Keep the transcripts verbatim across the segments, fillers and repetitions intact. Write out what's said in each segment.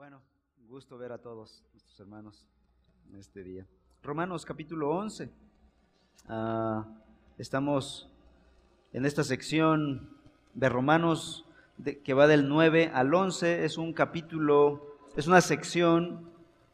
Bueno, gusto ver a todos nuestros hermanos en este día. Romanos capítulo once. Uh, estamos en esta sección de Romanos de, que va del nueve al once. Es un capítulo, es una sección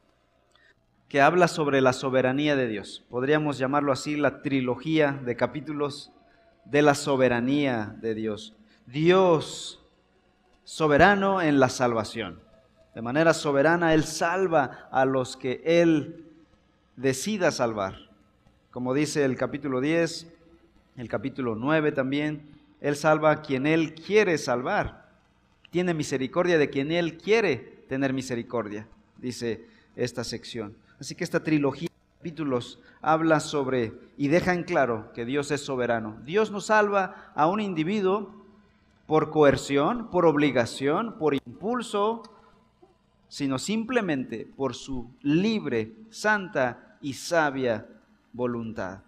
que habla sobre la soberanía de Dios. Podríamos llamarlo así, la trilogía de capítulos de la soberanía de Dios. Dios soberano en la salvación. De manera soberana, Él salva a los que Él decida salvar. Como dice el capítulo diez, el capítulo nueve también, Él salva a quien Él quiere salvar. Tiene misericordia de quien Él quiere tener misericordia, dice esta sección. Así que esta trilogía de capítulos habla sobre y deja en claro que Dios es soberano. Dios no salva a un individuo por coerción, por obligación, por impulso, sino simplemente por su libre, santa y sabia voluntad.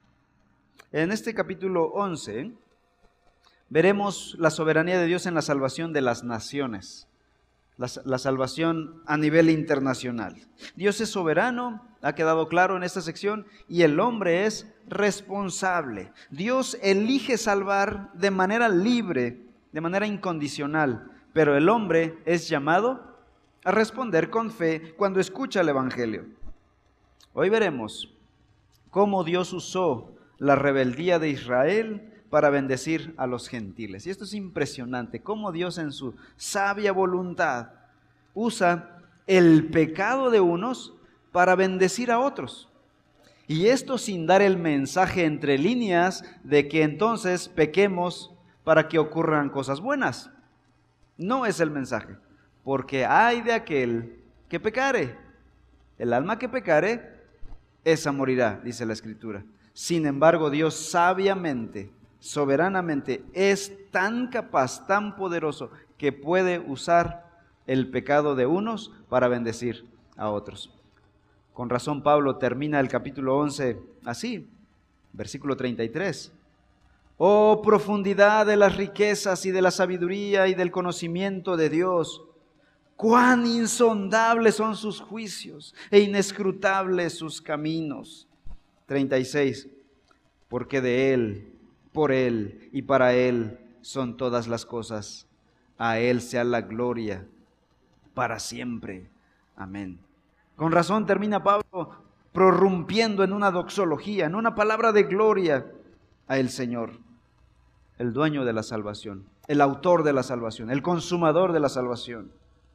En este capítulo once veremos la soberanía de Dios en la salvación de las naciones, la, la salvación a nivel internacional. Dios es soberano, ha quedado claro en esta sección, y el hombre es responsable. Dios elige salvar de manera libre, de manera incondicional, pero el hombre es llamado a responder con fe cuando escucha el Evangelio. Hoy veremos cómo Dios usó la rebeldía de Israel para bendecir a los gentiles. Y esto es impresionante, cómo Dios en su sabia voluntad usa el pecado de unos para bendecir a otros. Y esto sin dar el mensaje entre líneas de que entonces pequemos para que ocurran cosas buenas. No es el mensaje. Porque hay de aquel que pecare. El alma que pecare, esa morirá, dice la Escritura. Sin embargo, Dios sabiamente, soberanamente, es tan capaz, tan poderoso, que puede usar el pecado de unos para bendecir a otros. Con razón Pablo termina el capítulo once así, versículo treinta y tres. Oh, profundidad de las riquezas y de la sabiduría y del conocimiento de Dios. Cuán insondables son sus juicios e inescrutables sus caminos. treinta y seis. Porque de Él, por Él y para Él son todas las cosas. A Él sea la gloria para siempre. Amén. Con razón termina Pablo prorrumpiendo en una doxología, en una palabra de gloria a el Señor, el dueño de la salvación, el autor de la salvación, el consumador de la salvación.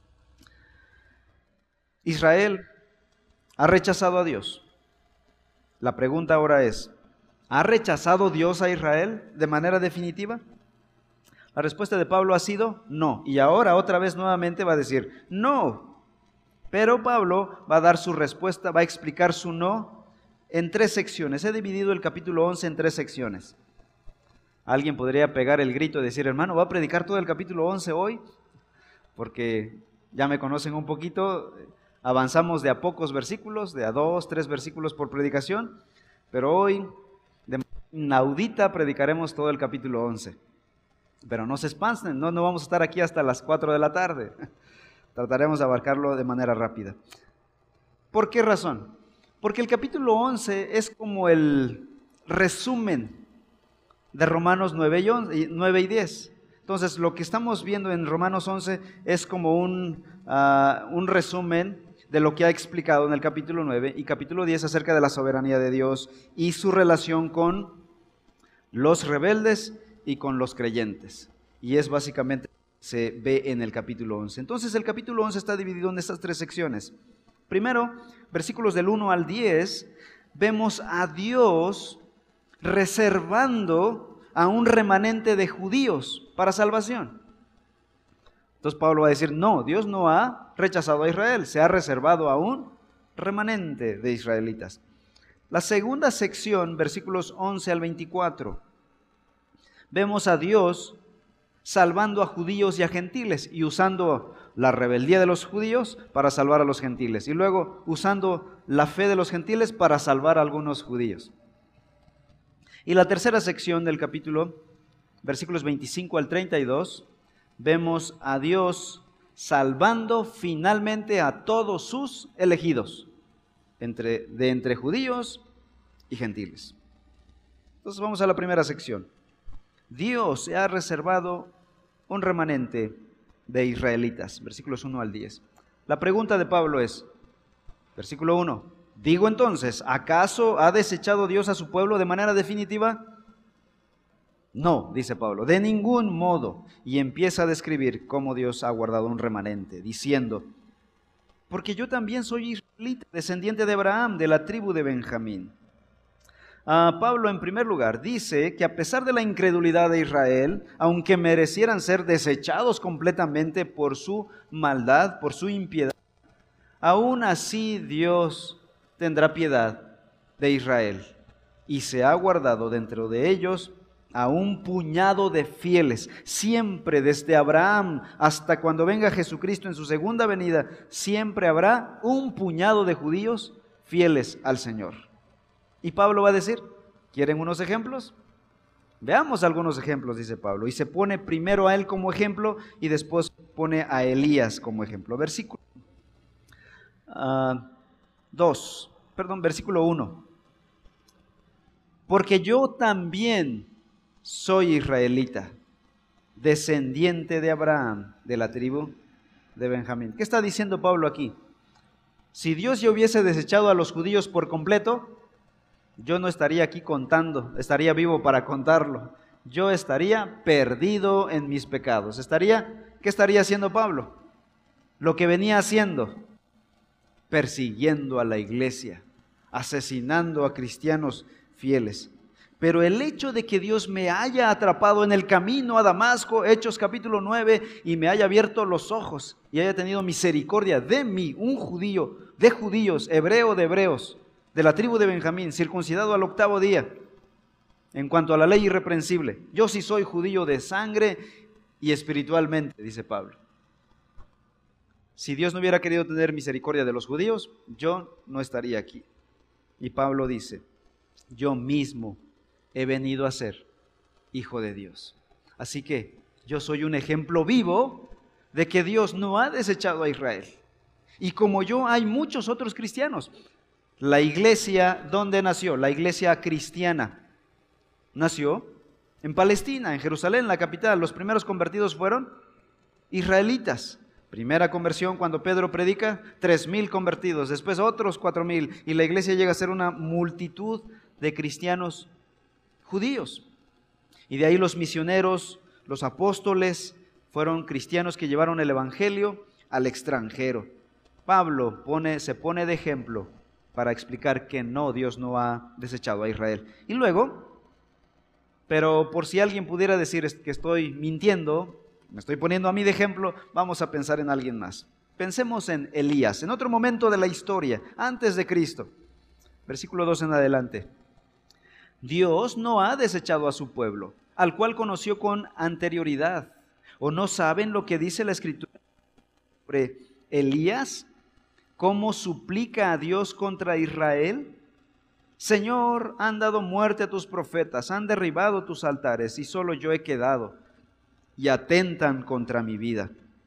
Israel ha rechazado a Dios. La pregunta ahora es, ¿ha rechazado Dios a Israel de manera definitiva? La respuesta de Pablo ha sido no. Y ahora otra vez nuevamente va a decir no. Pero Pablo va a dar su respuesta, va a explicar su no en tres secciones. He dividido el capítulo once en tres secciones. Alguien podría pegar el grito y decir, hermano, ¿va a predicar todo el capítulo once hoy? Porque ya me conocen un poquito. Avanzamos de a pocos versículos, de a dos, tres versículos por predicación, pero hoy de manera inaudita predicaremos todo el capítulo once. Pero no se espanten, no, no vamos a estar aquí hasta las cuatro de la tarde. Trataremos de abarcarlo de manera rápida. ¿Por qué razón? Porque el capítulo once es como el resumen de Romanos nueve y diez. Entonces, lo que estamos viendo en Romanos once es como un, uh, un resumen de lo que ha explicado en el capítulo nueve y capítulo diez acerca de la soberanía de Dios y su relación con los rebeldes y con los creyentes. Y es básicamente lo que se ve en el capítulo once. Entonces, el capítulo once está dividido en estas tres secciones. Primero, versículos del uno al diez, vemos a Dios reservando a un remanente de judíos para salvación. Entonces Pablo va a decir, no, Dios no ha rechazado a Israel, se ha reservado a un remanente de israelitas. La segunda sección, versículos once al veinticuatro, vemos a Dios salvando a judíos y a gentiles y usando la rebeldía de los judíos para salvar a los gentiles y luego usando la fe de los gentiles para salvar a algunos judíos. Y la tercera sección del capítulo, versículos veinticinco al treinta y dos, vemos a Dios salvando finalmente a todos sus elegidos, entre, de entre judíos y gentiles. Entonces vamos a la primera sección. Dios se ha reservado un remanente de israelitas, versículos uno al diez. La pregunta de Pablo es, versículo uno, digo entonces, ¿acaso ha desechado Dios a su pueblo de manera definitiva? No, dice Pablo, de ningún modo. Y empieza a describir cómo Dios ha guardado un remanente, diciendo, porque yo también soy israelita, descendiente de Abraham, de la tribu de Benjamín. Uh, Pablo, en primer lugar, dice que a pesar de la incredulidad de Israel, aunque merecieran ser desechados completamente por su maldad, por su impiedad, aún así Dios tendrá piedad de Israel y se ha guardado dentro de ellos a un puñado de fieles. Siempre, desde Abraham hasta cuando venga Jesucristo en su segunda venida, siempre habrá un puñado de judíos fieles al Señor. Y Pablo va a decir, ¿quieren unos ejemplos? Veamos algunos ejemplos, dice Pablo. Y se pone primero a él como ejemplo y después pone a Elías como ejemplo. Versículo dos, uh, perdón, versículo uno. Porque yo también soy israelita, descendiente de Abraham, de la tribu de Benjamín. ¿Qué está diciendo Pablo aquí? Si Dios ya hubiese desechado a los judíos por completo, yo no estaría aquí contando, estaría vivo para contarlo. Yo estaría perdido en mis pecados. Estaría, ¿qué estaría haciendo Pablo? Lo que venía haciendo, persiguiendo a la iglesia, asesinando a cristianos fieles. Pero el hecho de que Dios me haya atrapado en el camino a Damasco, Hechos capítulo nueve, y me haya abierto los ojos y haya tenido misericordia de mí, un judío, de judíos, hebreo de hebreos, de la tribu de Benjamín, circuncidado al octavo día, en cuanto a la ley irreprensible. Yo sí soy judío de sangre y espiritualmente, dice Pablo. Si Dios no hubiera querido tener misericordia de los judíos, yo no estaría aquí. Y Pablo dice, yo mismo he venido a ser hijo de Dios. Así que yo soy un ejemplo vivo de que Dios no ha desechado a Israel. Y como yo, hay muchos otros cristianos. La iglesia, ¿dónde nació? La iglesia cristiana nació en Palestina, en Jerusalén, la capital. Los primeros convertidos fueron israelitas. Primera conversión cuando Pedro predica, tres mil convertidos, después otros cuatro mil, y la iglesia llega a ser una multitud de cristianos judíos. Y de ahí los misioneros, los apóstoles, fueron cristianos que llevaron el evangelio al extranjero. Pablo pone, se pone de ejemplo para explicar que no, Dios no ha desechado a Israel. Y luego, pero por si alguien pudiera decir que estoy mintiendo, me estoy poniendo a mí de ejemplo, vamos a pensar en alguien más. Pensemos en Elías, en otro momento de la historia, antes de Cristo. Versículo dos en adelante. Dios no ha desechado a su pueblo, al cual conoció con anterioridad. ¿O no saben lo que dice la Escritura sobre Elías? ¿Cómo suplica a Dios contra Israel? Señor, han dado muerte a tus profetas, han derribado tus altares, y solo yo he quedado, y atentan contra mi vida.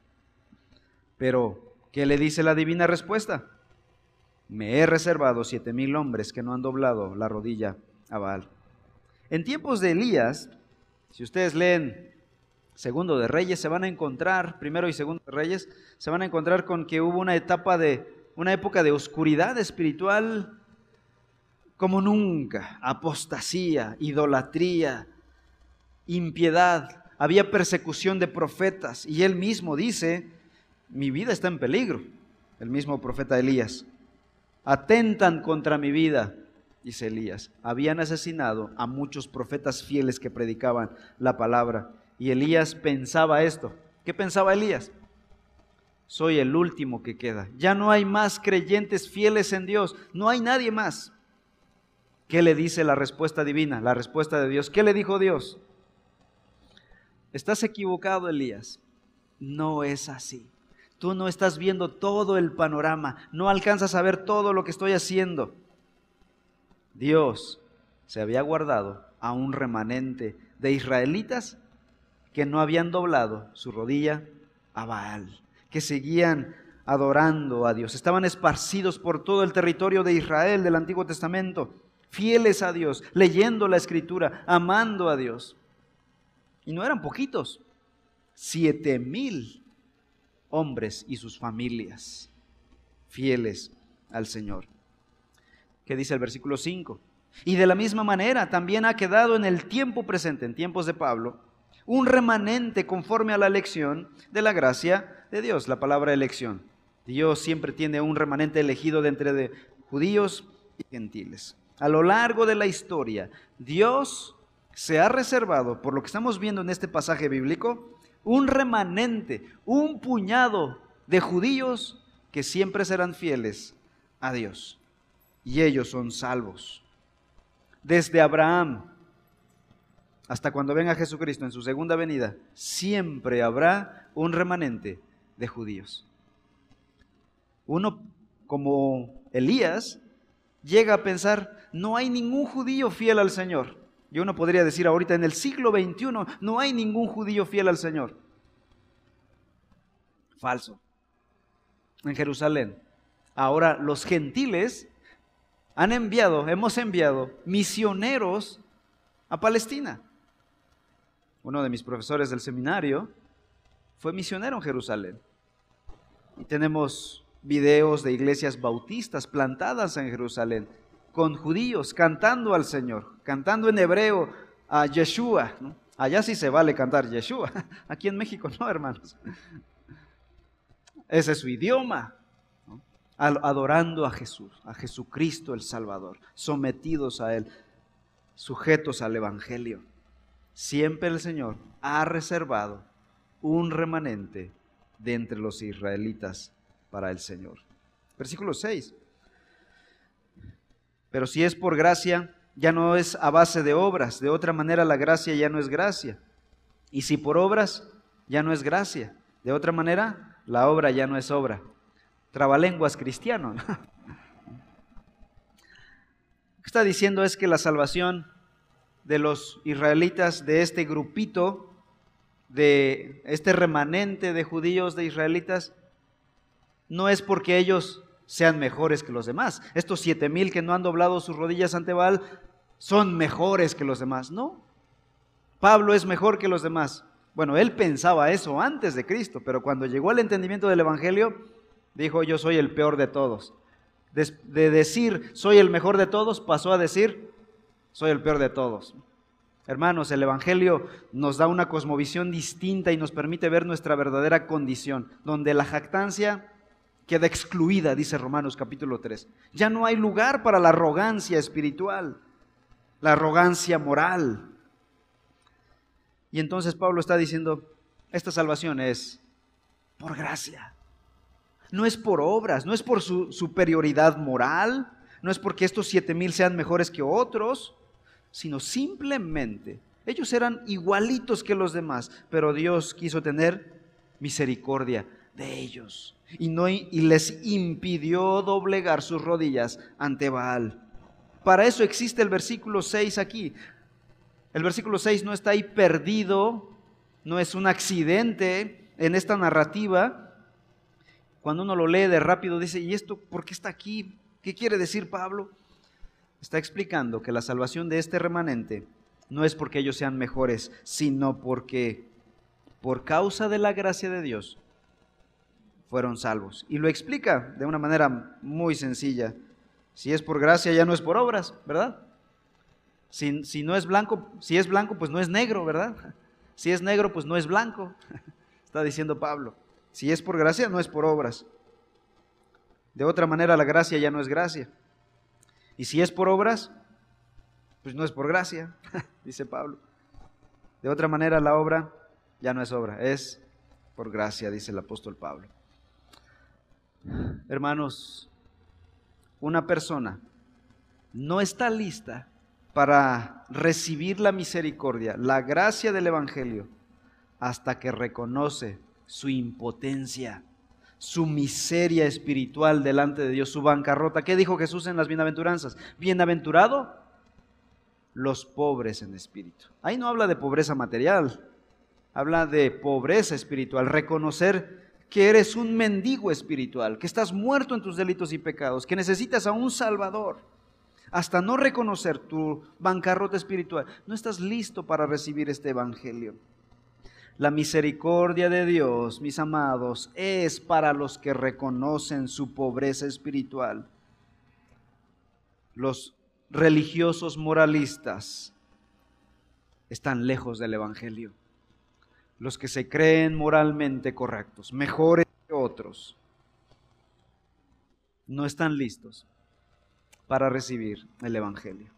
Pero, ¿qué le dice la divina respuesta? Me he reservado siete mil hombres que no han doblado la rodilla a Baal. En tiempos de Elías, si ustedes leen Segundo de Reyes, se van a encontrar, Primero y Segundo de Reyes, se van a encontrar con que hubo una etapa de, una época de oscuridad espiritual como nunca, apostasía, idolatría, impiedad, había persecución de profetas, y él mismo dice, mi vida está en peligro, el mismo profeta Elías. Atentan contra mi vida, dice Elías. Habían asesinado a muchos profetas fieles que predicaban la palabra. Y Elías pensaba esto. ¿Qué pensaba Elías? Soy el último que queda. Ya no hay más creyentes fieles en Dios. No hay nadie más. ¿Qué le dice la respuesta divina? La respuesta de Dios. ¿Qué le dijo Dios? Estás equivocado, Elías. No es así. Tú no estás viendo todo el panorama. No alcanzas a ver todo lo que estoy haciendo. Dios se había guardado a un remanente de israelitas que no habían doblado su rodilla a Baal, que seguían adorando a Dios. Estaban esparcidos por todo el territorio de Israel del Antiguo Testamento, fieles a Dios, leyendo la Escritura, amando a Dios. Y no eran poquitos, siete mil hombres y sus familias fieles al Señor. ¿Qué dice el versículo cinco? Y de la misma manera también ha quedado en el tiempo presente, en tiempos de Pablo, un remanente conforme a la elección de la gracia de Dios. La palabra elección. Dios siempre tiene un remanente elegido de entre de judíos y gentiles. A lo largo de la historia, Dios se ha reservado, por lo que estamos viendo en este pasaje bíblico, un remanente, un puñado de judíos que siempre serán fieles a Dios. Y ellos son salvos. Desde Abraham hasta cuando venga Jesucristo en su segunda venida, siempre habrá un remanente de judíos. Uno, como Elías, llega a pensar, no hay ningún judío fiel al Señor. Y uno podría decir ahorita, en el siglo veintiuno, no hay ningún judío fiel al Señor. Falso. En Jerusalén, ahora los gentiles han enviado, hemos enviado misioneros a Palestina. Uno de mis profesores del seminario fue misionero en Jerusalén. Y tenemos videos de iglesias bautistas plantadas en Jerusalén, con judíos cantando al Señor, cantando en hebreo a Yeshua, ¿no? Allá sí se vale cantar Yeshua, aquí en México no, hermanos. Ese es su idioma, ¿no? Adorando a Jesús, a Jesucristo el Salvador, sometidos a Él, sujetos al Evangelio. Siempre el Señor ha reservado un remanente de entre los israelitas para el Señor. Versículo seis. Pero si es por gracia, ya no es a base de obras. De otra manera la gracia ya no es gracia. Y si por obras, ya no es gracia. De otra manera, la obra ya no es obra. Trabalenguas cristiano, ¿no? Lo que está diciendo es que la salvación de los israelitas, de este grupito, de este remanente de judíos, de israelitas, no es porque ellos sean mejores que los demás. Estos siete mil que no han doblado sus rodillas ante Baal son mejores que los demás. No, Pablo es mejor que los demás. Bueno, él pensaba eso antes de Cristo, pero cuando llegó al entendimiento del Evangelio, dijo, yo soy el peor de todos. De, de decir, soy el mejor de todos, pasó a decir, soy el peor de todos. Hermanos, el Evangelio nos da una cosmovisión distinta y nos permite ver nuestra verdadera condición, donde la jactancia queda excluida, dice Romanos capítulo tres. Ya no hay lugar para la arrogancia espiritual, la arrogancia moral. Y entonces Pablo está diciendo, esta salvación es por gracia. No es por obras, no es por su superioridad moral, no es porque estos siete mil sean mejores que otros, sino simplemente ellos eran igualitos que los demás, pero Dios quiso tener misericordia de ellos y, no, y les impidió doblegar sus rodillas ante Baal. Para eso existe el versículo seis aquí. El versículo seis no está ahí perdido, no es un accidente en esta narrativa. Cuando uno lo lee de rápido dice, ¿y esto por qué está aquí? ¿Qué quiere decir Pablo? Está explicando que la salvación de este remanente no es porque ellos sean mejores, sino porque por causa de la gracia de Dios fueron salvos. Y lo explica de una manera muy sencilla. Si es por gracia, ya no es por obras, ¿verdad? Si, si no es blanco, si es blanco, pues no es negro, ¿verdad? Si es negro, pues no es blanco. Está diciendo Pablo. Si es por gracia, no es por obras. De otra manera, la gracia ya no es gracia. Y si es por obras, pues no es por gracia, dice Pablo. De otra manera, la obra ya no es obra, es por gracia, dice el apóstol Pablo. Hermanos, una persona no está lista para recibir la misericordia, la gracia del Evangelio, hasta que reconoce su impotencia, su miseria espiritual delante de Dios, su bancarrota. ¿Qué dijo Jesús en las bienaventuranzas? Bienaventurado los pobres en espíritu. Ahí no habla de pobreza material, habla de pobreza espiritual, reconocer que eres un mendigo espiritual, que estás muerto en tus delitos y pecados, que necesitas a un Salvador, hasta no reconocer tu bancarrota espiritual, no estás listo para recibir este evangelio. La misericordia de Dios, mis amados, es para los que reconocen su pobreza espiritual. Los religiosos moralistas están lejos del evangelio. Los que se creen moralmente correctos, mejores que otros, no están listos para recibir el evangelio.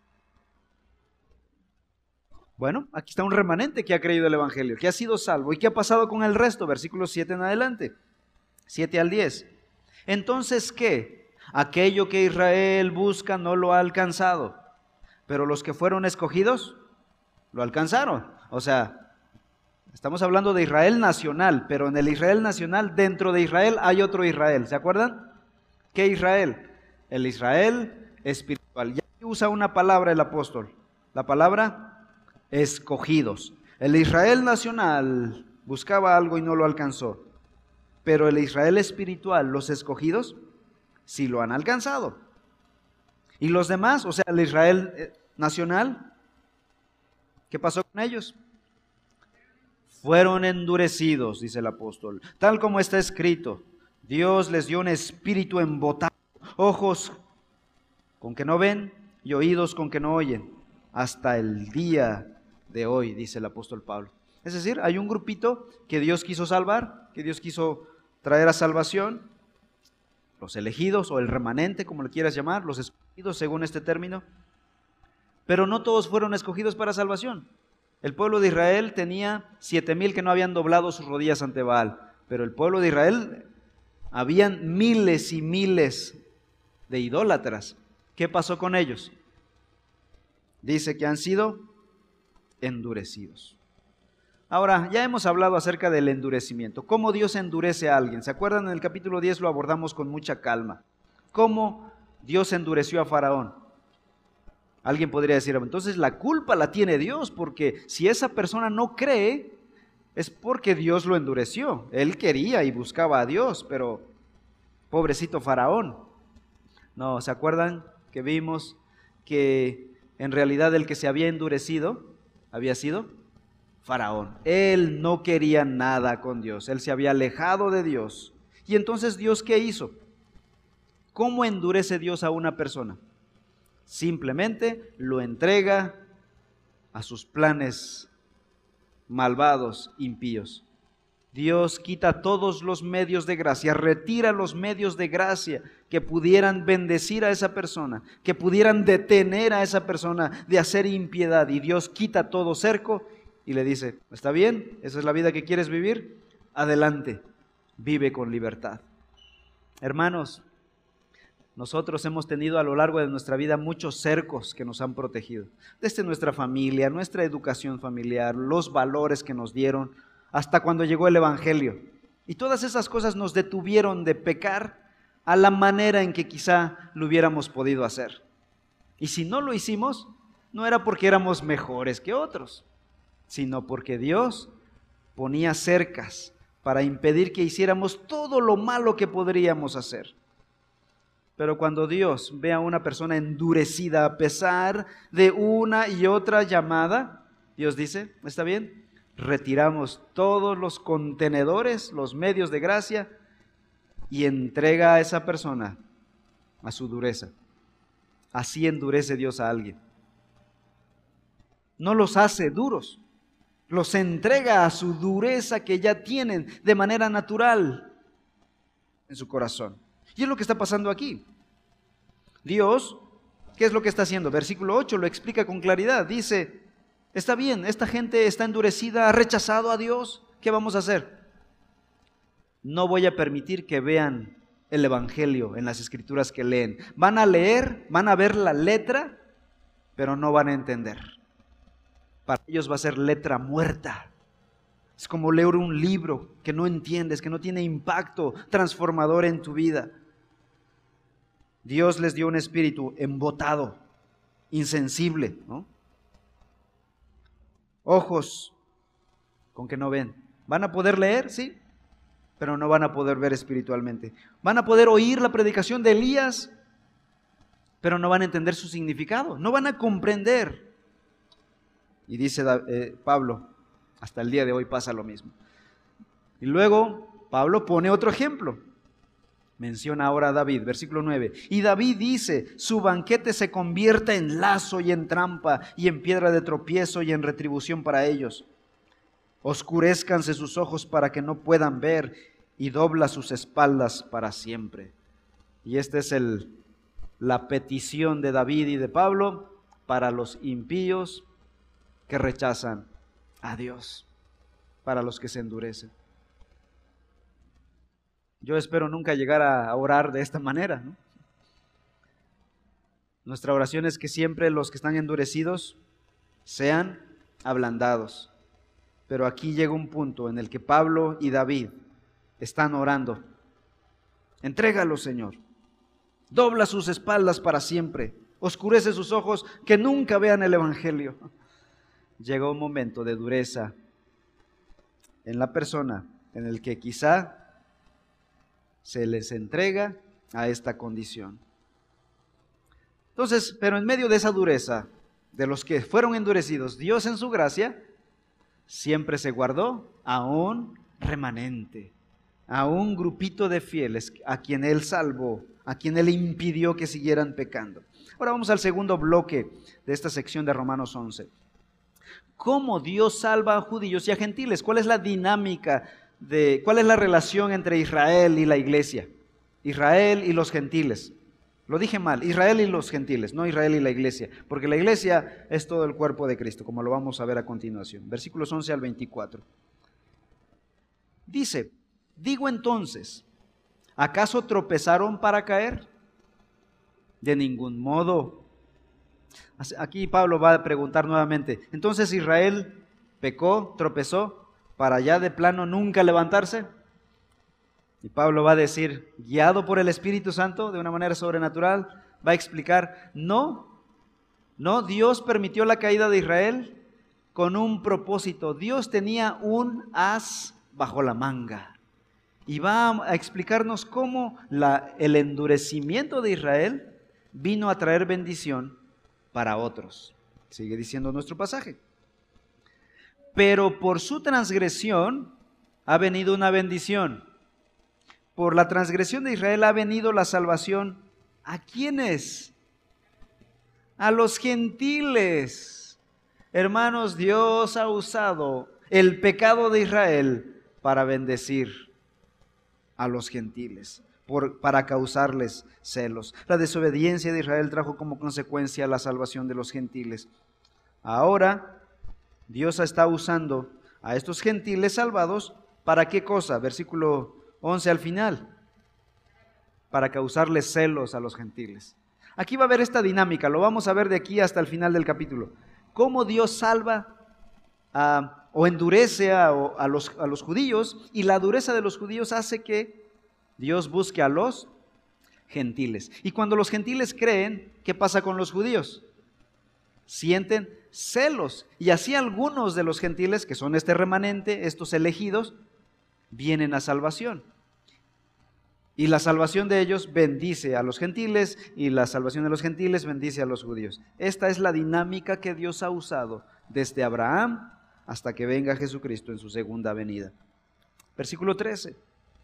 Bueno, aquí está un remanente que ha creído el evangelio, que ha sido salvo. ¿Y qué ha pasado con el resto? Versículos siete en adelante, siete al diez. Entonces, ¿qué? Aquello que Israel busca no lo ha alcanzado, pero los que fueron escogidos lo alcanzaron. O sea, estamos hablando de Israel nacional, pero en el Israel nacional, dentro de Israel hay otro Israel. ¿Se acuerdan? ¿Qué Israel? El Israel espiritual. Ya usa una palabra el apóstol, la palabra escogidos. El Israel nacional buscaba algo y no lo alcanzó, pero el Israel espiritual, los escogidos, sí lo han alcanzado. Y los demás, o sea, el Israel nacional, ¿qué pasó con ellos? Fueron endurecidos, dice el apóstol, tal como está escrito. Dios les dio un espíritu embotado, ojos con que no ven y oídos con que no oyen, hasta el día de hoy, dice el apóstol Pablo. Es decir, hay un grupito que Dios quiso salvar, que Dios quiso traer a salvación, los elegidos o el remanente, como le quieras llamar, los escogidos según este término, pero no todos fueron escogidos para salvación. El pueblo de Israel tenía siete mil que no habían doblado sus rodillas ante Baal, pero el pueblo de Israel, habían miles y miles de idólatras. ¿Qué pasó con ellos? Dice que han sido endurecidos. Ahora, ya hemos hablado acerca del endurecimiento. ¿Cómo Dios endurece a alguien? ¿Se acuerdan? En el capítulo diez lo abordamos con mucha calma. ¿Cómo Dios endureció a Faraón? Alguien podría decir, entonces la culpa la tiene Dios, porque si esa persona no cree, es porque Dios lo endureció. Él quería y buscaba a Dios, pero pobrecito Faraón. No, ¿se acuerdan que vimos que en realidad el que se había endurecido había sido Faraón? Él no quería nada con Dios, él se había alejado de Dios. Y entonces Dios, ¿qué hizo? ¿Cómo endurece Dios a una persona? Simplemente lo entrega a sus planes malvados, impíos. Dios quita todos los medios de gracia, retira los medios de gracia que pudieran bendecir a esa persona, que pudieran detener a esa persona de hacer impiedad. Y Dios quita todo cerco y le dice, ¿está bien? ¿Esa es la vida que quieres vivir? Adelante, vive con libertad. Hermanos, nosotros hemos tenido a lo largo de nuestra vida muchos cercos que nos han protegido. Desde nuestra familia, nuestra educación familiar, los valores que nos dieron, hasta cuando llegó el evangelio. Y todas esas cosas nos detuvieron de pecar a la manera en que quizá lo hubiéramos podido hacer. Y si no lo hicimos, no era porque éramos mejores que otros, sino porque Dios ponía cercas para impedir que hiciéramos todo lo malo que podríamos hacer. Pero cuando Dios ve a una persona endurecida a pesar de una y otra llamada, Dios dice, ¿está bien? Retiramos todos los contenedores, los medios de gracia, y entrega a esa persona a su dureza. Así endurece Dios a alguien. No los hace duros, los entrega a su dureza que ya tienen de manera natural en su corazón. Y es lo que está pasando aquí. Dios, ¿qué es lo que está haciendo? Versículo ocho lo explica con claridad. Dice, está bien, esta gente está endurecida, ha rechazado a Dios. ¿Qué vamos a hacer? No voy a permitir que vean el evangelio en las escrituras que leen. Van a leer, van a ver la letra, pero no van a entender. Para ellos va a ser letra muerta. Es como leer un libro que no entiendes, que no tiene impacto transformador en tu vida. Dios les dio un espíritu embotado, insensible, ¿no? Ojos con que no ven. ¿Van a poder leer? Sí, pero no van a poder ver espiritualmente. Van a poder oír la predicación de Elías, pero no van a entender su significado, no van a comprender. Y dice eh, Pablo, hasta el día de hoy pasa lo mismo. Y luego Pablo pone otro ejemplo. Menciona ahora a David, versículo nueve. Y David dice, su banquete se convierta en lazo y en trampa, y en piedra de tropiezo y en retribución para ellos. Oscurezcanse sus ojos para que no puedan ver, y dobla sus espaldas para siempre. Y esta es el, la petición de David y de Pablo para los impíos que rechazan a Dios, para los que se endurecen. Yo espero nunca llegar a orar de esta manera, ¿no? Nuestra oración es que siempre los que están endurecidos sean ablandados. Pero aquí llega un punto en el que Pablo y David están orando. Entrégalo, Señor. Dobla sus espaldas para siempre. Oscurece sus ojos, que nunca vean el Evangelio. Llega un momento de dureza en la persona en el que quizá se les entrega a esta condición. Entonces, pero en medio de esa dureza, de los que fueron endurecidos, Dios en su gracia siempre se guardó a un remanente, a un grupito de fieles a quien Él salvó, a quien Él impidió que siguieran pecando. Ahora vamos al segundo bloque de esta sección de Romanos once. ¿Cómo Dios salva a judíos y a gentiles? ¿Cuál es la dinámica de, cuál es la relación entre Israel y la iglesia? Israel y los gentiles. Lo dije mal, Israel y los gentiles, no Israel y la iglesia, porque la iglesia es todo el cuerpo de Cristo, como lo vamos a ver a continuación. Versículos once al veinticuatro. Dice, digo entonces, ¿acaso tropezaron para caer? De ningún modo. Aquí Pablo va a preguntar nuevamente, ¿entonces Israel pecó, tropezó, para ya de plano nunca levantarse? Y Pablo va a decir, guiado por el Espíritu Santo de una manera sobrenatural, va a explicar, no, no, Dios permitió la caída de Israel con un propósito. Dios tenía un as bajo la manga. Y va a explicarnos cómo la, el endurecimiento de Israel vino a traer bendición para otros. Sigue diciendo nuestro pasaje. Pero por su transgresión ha venido una bendición. Por la transgresión de Israel ha venido la salvación. ¿A quiénes? A los gentiles. Hermanos, Dios ha usado el pecado de Israel para bendecir a los gentiles, por, para causarles celos. La desobediencia de Israel trajo como consecuencia la salvación de los gentiles. Ahora, Dios está usando a estos gentiles salvados, ¿para qué cosa? Versículo once al final, para causarles celos a los gentiles. Aquí va a haber esta dinámica, lo vamos a ver de aquí hasta el final del capítulo. Cómo Dios salva a, o endurece a, a, los, a los judíos, y la dureza de los judíos hace que Dios busque a los gentiles. Y cuando los gentiles creen, ¿qué pasa con los judíos? Sienten celos, y así algunos de los gentiles, que son este remanente, estos elegidos, vienen a salvación. Y la salvación de ellos bendice a los gentiles, y la salvación de los gentiles bendice a los judíos. Esta es la dinámica que Dios ha usado desde Abraham hasta que venga Jesucristo en su segunda venida. Versículo trece.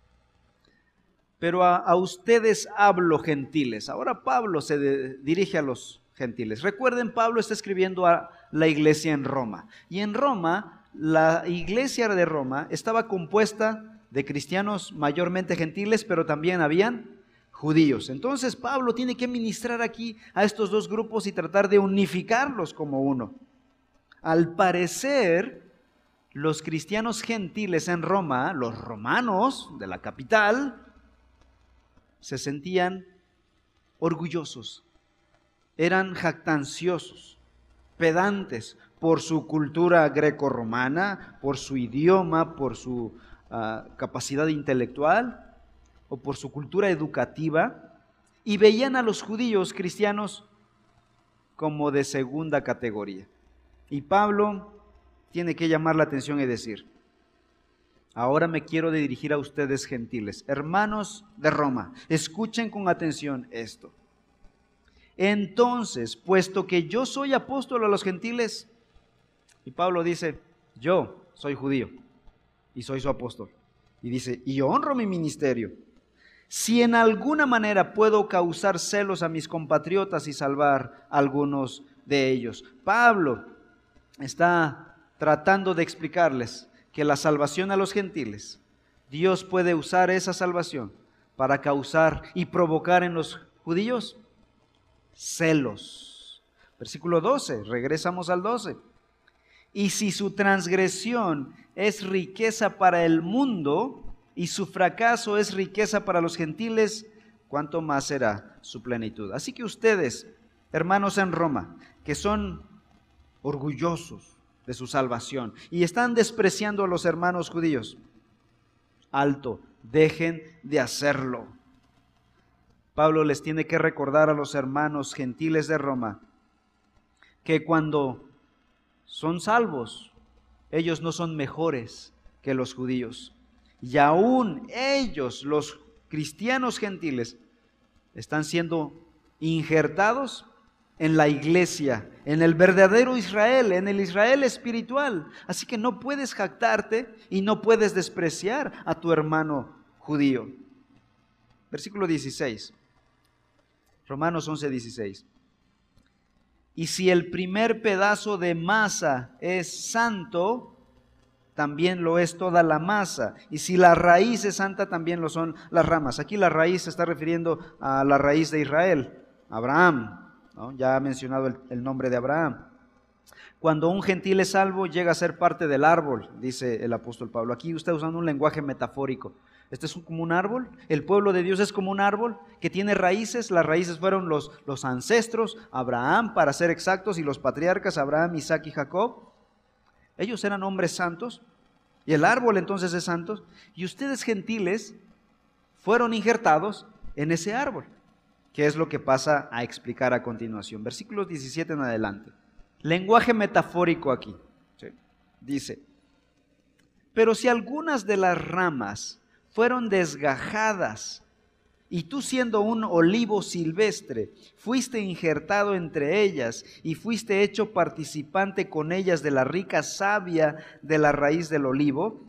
Pero a, a ustedes hablo, gentiles. Ahora Pablo se de, dirige a los gentiles. Recuerden, Pablo está escribiendo a la iglesia en Roma. Y en Roma, la iglesia de Roma estaba compuesta de cristianos mayormente gentiles, pero también habían judíos. Entonces Pablo tiene que ministrar aquí a estos dos grupos y tratar de unificarlos como uno. Al parecer, los cristianos gentiles en Roma, los romanos de la capital, se sentían orgullosos, eran jactanciosos, pedantes por su cultura grecorromana, por su idioma, por su uh, capacidad intelectual o por su cultura educativa, y veían a los judíos cristianos como de segunda categoría. Y Pablo tiene que llamar la atención y decir, ahora me quiero dirigir a ustedes gentiles, hermanos de Roma, escuchen con atención esto. Entonces, puesto que yo soy apóstol a los gentiles, y Pablo dice, yo soy judío y soy su apóstol. Y dice, y honro mi ministerio. Si en alguna manera puedo causar celos a mis compatriotas y salvar a algunos de ellos. Pablo está tratando de explicarles que la salvación a los gentiles, Dios puede usar esa salvación para causar y provocar en los judíos celos. Versículo doce, regresamos al doce. Y si su transgresión es riqueza para el mundo y su fracaso es riqueza para los gentiles, ¿cuánto más será su plenitud? Así que ustedes, hermanos en Roma, que son orgullosos de su salvación y están despreciando a los hermanos judíos, alto, dejen de hacerlo. Pablo les tiene que recordar a los hermanos gentiles de Roma que cuando son salvos, ellos no son mejores que los judíos. Y aún ellos, los cristianos gentiles, están siendo injertados en la iglesia, en el verdadero Israel, en el Israel espiritual. Así que no puedes jactarte y no puedes despreciar a tu hermano judío. Versículo dieciséis. Romanos once, dieciséis. Y si el primer pedazo de masa es santo, también lo es toda la masa. Y si la raíz es santa, también lo son las ramas. Aquí la raíz se está refiriendo a la raíz de Israel, Abraham, ¿no? Ya ha mencionado el, el nombre de Abraham. Cuando un gentil es salvo, llega a ser parte del árbol, dice el apóstol Pablo. Aquí está usando un lenguaje metafórico. Este es como un árbol, el pueblo de Dios es como un árbol que tiene raíces. Las raíces fueron los, los ancestros, Abraham para ser exactos, y los patriarcas, Abraham, Isaac y Jacob. Ellos eran hombres santos, y el árbol entonces es santo, y ustedes gentiles fueron injertados en ese árbol, que es lo que pasa a explicar a continuación. Versículos diecisiete en adelante. Lenguaje metafórico aquí, ¿sí? Dice, pero si algunas de las ramas fueron desgajadas, y tú siendo un olivo silvestre, fuiste injertado entre ellas, y fuiste hecho participante con ellas de la rica savia de la raíz del olivo,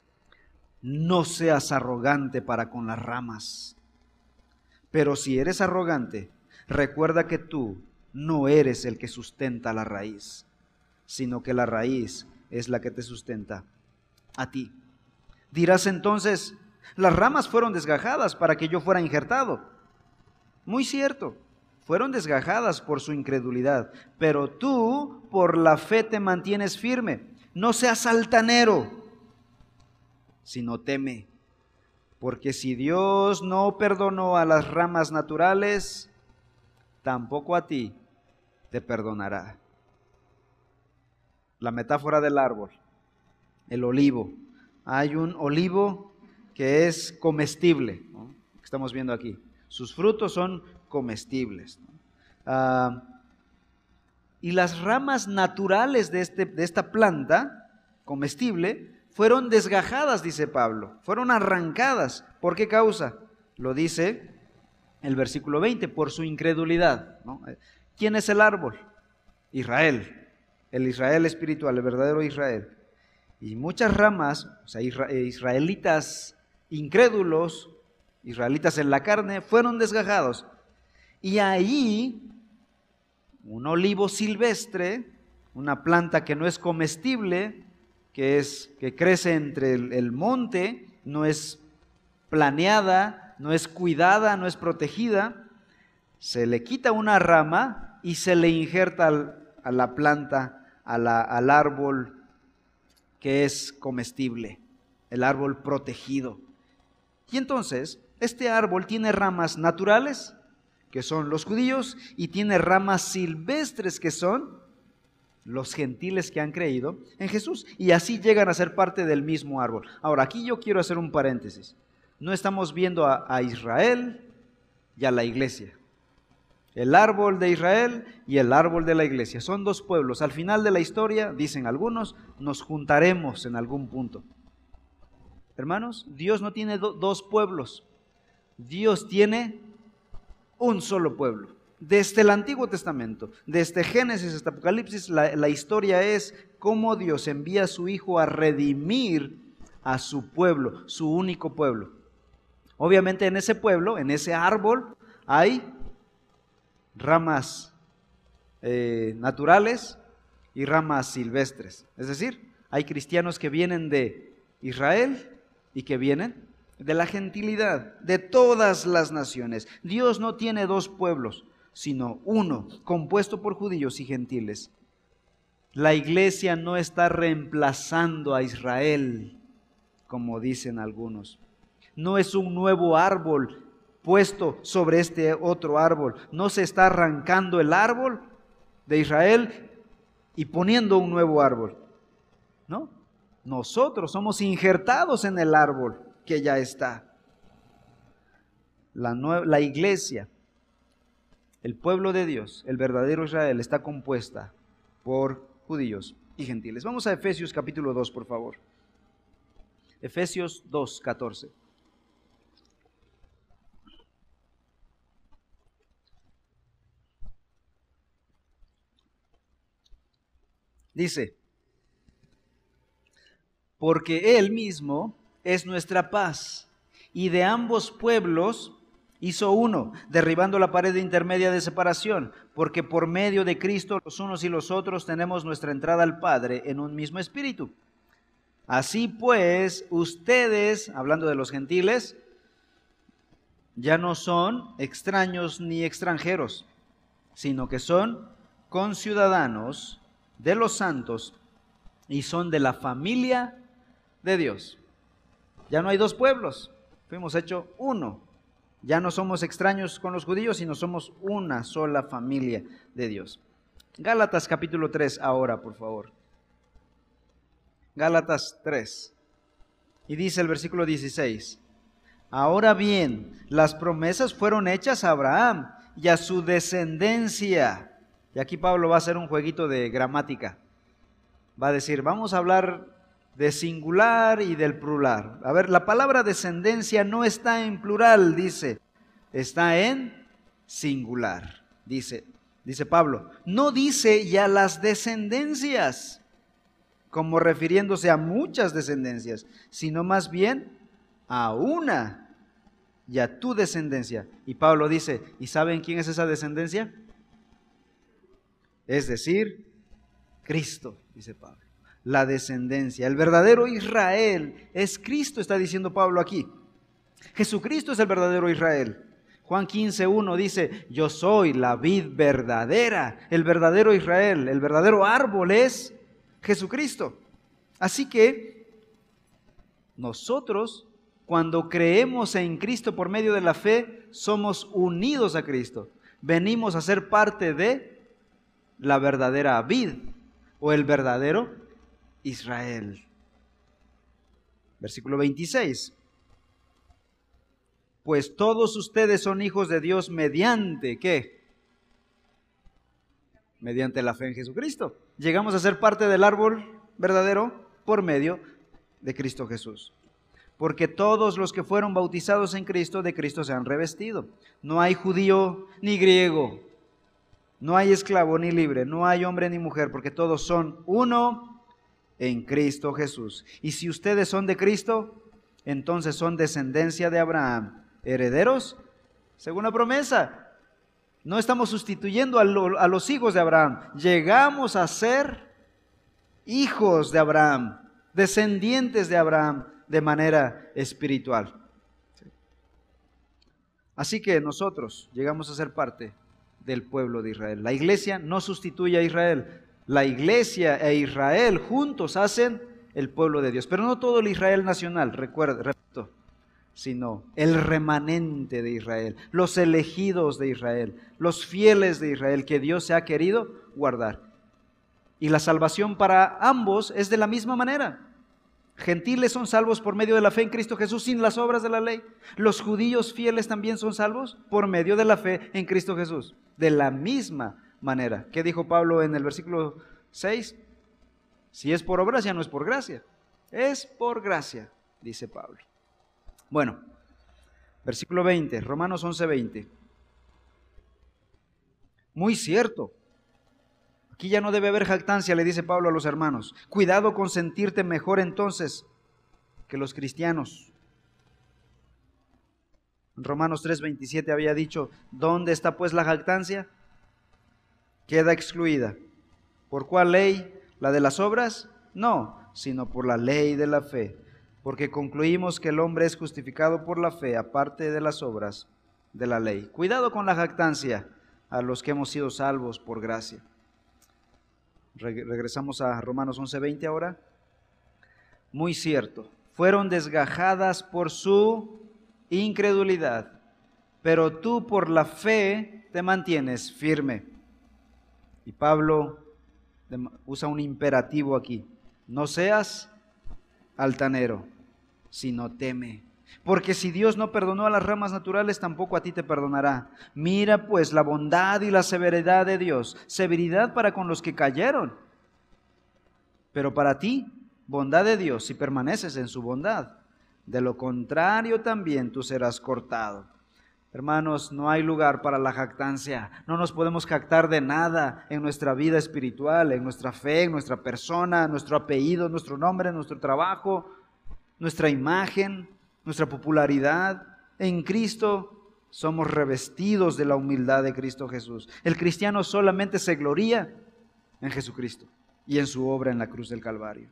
no seas arrogante para con las ramas. Pero si eres arrogante, recuerda que tú no eres el que sustenta la raíz, sino que la raíz es la que te sustenta a ti. Dirás entonces, las ramas fueron desgajadas para que yo fuera injertado. Muy cierto, fueron desgajadas por su incredulidad, pero tú por la fe te mantienes firme. No seas altanero, sino teme, porque si Dios no perdonó a las ramas naturales, tampoco a ti te perdonará. La metáfora del árbol, el olivo. Hay un olivo que es comestible, ¿no? Estamos viendo aquí. Sus frutos son comestibles, ¿no? Ah, y las ramas naturales de, este, de esta planta comestible fueron desgajadas, dice Pablo. Fueron arrancadas. ¿Por qué causa? Lo dice el versículo veinte, por su incredulidad, ¿no? ¿Quién es el árbol? Israel, el Israel espiritual, el verdadero Israel. Y muchas ramas, o sea, israelitas incrédulos, israelitas en la carne, fueron desgajados. Y ahí, un olivo silvestre, una planta que no es comestible, que, es, que crece entre el, el monte, no es planeada, no es cuidada, no es protegida, se le quita una rama y se le injerta al, a la planta, a la, al árbol que es comestible, el árbol protegido. Y entonces, este árbol tiene ramas naturales, que son los judíos, y tiene ramas silvestres, que son los gentiles que han creído en Jesús, y así llegan a ser parte del mismo árbol. Ahora, aquí yo quiero hacer un paréntesis. No estamos viendo a, a Israel y a la iglesia. El árbol de Israel y el árbol de la iglesia. Son dos pueblos. Al final de la historia, dicen algunos, nos juntaremos en algún punto. hermanos, Dios no tiene do- dos pueblos. Dios tiene un solo pueblo. Desde el Antiguo Testamento, desde Génesis hasta Apocalipsis, la, la historia es cómo Dios envía a su Hijo a redimir a su pueblo, su único pueblo. Obviamente en ese pueblo, en ese árbol, hay ramas eh, naturales y ramas silvestres. Es decir, hay cristianos que vienen de Israel y que vienen de la gentilidad, de todas las naciones. Dios no tiene dos pueblos, sino uno, compuesto por judíos y gentiles. La iglesia no está reemplazando a Israel, como dicen algunos. No es un nuevo árbol puesto sobre este otro árbol. No se está arrancando el árbol de Israel y poniendo un nuevo árbol. No, nosotros somos injertados en el árbol que ya está. La, nue- la iglesia, el pueblo de Dios, el verdadero Israel, está compuesta por judíos y gentiles. Vamos a Efesios capítulo dos, por favor. Efesios dos, catorce. Dice, porque Él mismo es nuestra paz, y de ambos pueblos hizo uno, derribando la pared intermedia de separación, porque por medio de Cristo los unos y los otros tenemos nuestra entrada al Padre en un mismo espíritu. Así pues, ustedes, hablando de los gentiles, ya no son extraños ni extranjeros, sino que son conciudadanos de los santos y son de la familia de Dios. Ya no hay dos pueblos, fuimos hechos uno. Ya no somos extraños con los judíos, sino somos una sola familia de Dios. Gálatas capítulo tres ahora, por favor. Gálatas tres. Y dice el versículo dieciséis. Ahora bien, las promesas fueron hechas a Abraham y a su descendencia. Y aquí Pablo va a hacer un jueguito de gramática. Va a decir, vamos a hablar de singular y del plural. A ver, la palabra descendencia no está en plural, dice, está en singular. Dice, dice Pablo, no dice ya las descendencias, como refiriéndose a muchas descendencias, sino más bien a una y a tu descendencia. Y Pablo dice, ¿y saben quién es esa descendencia? Es decir, Cristo, dice Pablo. La descendencia, el verdadero Israel es Cristo, está diciendo Pablo aquí. Jesucristo es el verdadero Israel. Juan quince, uno dice, yo soy la vid verdadera. El verdadero Israel, el verdadero árbol es Jesucristo. Así que nosotros, cuando creemos en Cristo por medio de la fe, somos unidos a Cristo. Venimos a ser parte de la verdadera vid o el verdadero Israel. Versículo veintiséis. Pues todos ustedes son hijos de Dios mediante, ¿qué? Mediante la fe en Jesucristo. Llegamos a ser parte del árbol verdadero por medio de Cristo Jesús. Porque todos los que fueron bautizados en Cristo, de Cristo se han revestido. No hay judío ni griego, no hay esclavo ni libre, no hay hombre ni mujer, porque todos son uno en Cristo Jesús. Y si ustedes son de Cristo, entonces son descendencia de Abraham, herederos según la promesa. No estamos sustituyendo a, lo, a los hijos de Abraham, llegamos a ser hijos de Abraham, descendientes de Abraham de manera espiritual. Así que nosotros llegamos a ser parte del pueblo de Israel. La iglesia no sustituye a Israel. La iglesia e Israel juntos hacen el pueblo de Dios. Pero no todo el Israel nacional, recuerda, repito, sino el remanente de Israel, los elegidos de Israel, los fieles de Israel que Dios se ha querido guardar. Y la salvación para ambos es de la misma manera. Gentiles son salvos por medio de la fe en Cristo Jesús sin las obras de la ley. Los judíos fieles también son salvos por medio de la fe en Cristo Jesús. De la misma manera. ¿Qué dijo Pablo en el versículo seis? Si es por obras ya no es por gracia, es por gracia. dice Pablo. Bueno, versículo veinte, Romanos once, veinte. Muy cierto. Aquí ya no debe haber jactancia, le dice Pablo a los hermanos. Cuidado con sentirte mejor entonces que los cristianos. En Romanos tres, veintisiete había dicho, ¿dónde está pues la jactancia? Queda excluida. ¿Por cuál ley? ¿La de las obras? No, sino por la ley de la fe. Porque concluimos que el hombre es justificado por la fe, aparte de las obras de la ley. Cuidado con la jactancia a los que hemos sido salvos por gracia. Regresamos a Romanos once, veinte ahora. Muy cierto, fueron desgajadas por su incredulidad, pero tú por la fe te mantienes firme. Y Pablo usa un imperativo aquí. No seas altanero, sino teme. Porque si Dios no perdonó a las ramas naturales, tampoco a ti te perdonará. Mira pues la bondad y la severidad de Dios. Severidad para con los que cayeron. Pero para ti, bondad de Dios si permaneces en su bondad. De lo contrario también tú serás cortado. Hermanos, no hay lugar para la jactancia. No nos podemos jactar de nada en nuestra vida espiritual, en nuestra fe, en nuestra persona, nuestro apellido, nuestro nombre, nuestro trabajo, nuestra imagen, nuestra popularidad. En Cristo somos revestidos de la humildad de Cristo Jesús. El cristiano solamente se gloría en Jesucristo y en su obra en la cruz del Calvario.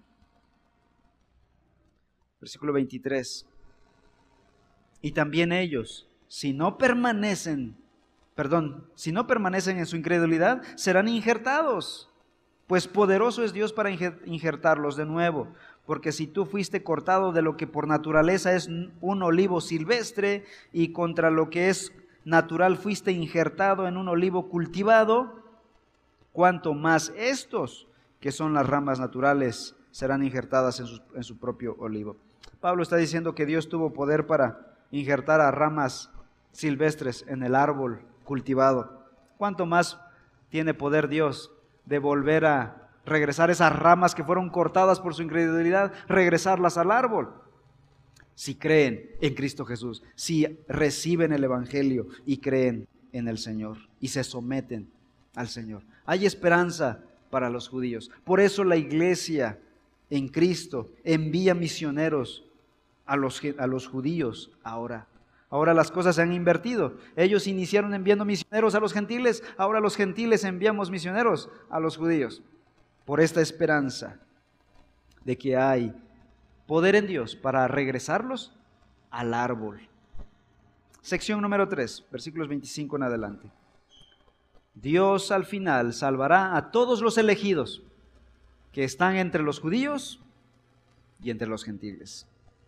Versículo veintitrés. Y también ellos, si no permanecen, perdón, si no permanecen en su incredulidad, serán injertados, pues poderoso es Dios para injertarlos de nuevo. Porque si tú fuiste cortado de lo que por naturaleza es un olivo silvestre y contra lo que es natural fuiste injertado en un olivo cultivado, cuanto más estos, que son las ramas naturales, serán injertadas en su, en su propio olivo. Pablo está diciendo que Dios tuvo poder para injertar a ramas silvestres en el árbol cultivado. ¿Cuánto más tiene poder Dios de volver a regresar esas ramas que fueron cortadas por su incredulidad, regresarlas al árbol? Si creen en Cristo Jesús, si reciben el Evangelio y creen en el Señor y se someten al Señor. Hay esperanza para los judíos. Por eso la iglesia en Cristo envía misioneros a los, a los judíos ahora. Ahora las cosas se han invertido. Ellos iniciaron enviando misioneros a los gentiles, ahora los gentiles enviamos misioneros a los judíos. Por esta esperanza de que hay poder en Dios para regresarlos al árbol. Sección número tres, versículos veinticinco en adelante. Dios al final salvará a todos los elegidos que están entre los judíos y entre los gentiles.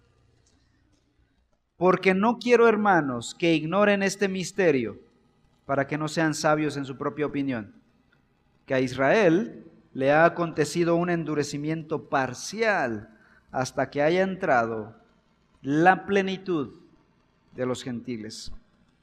Porque no quiero, hermanos, que ignoren este misterio, para que no sean sabios en su propia opinión, que a Israel le ha acontecido un endurecimiento parcial hasta que haya entrado la plenitud de los gentiles.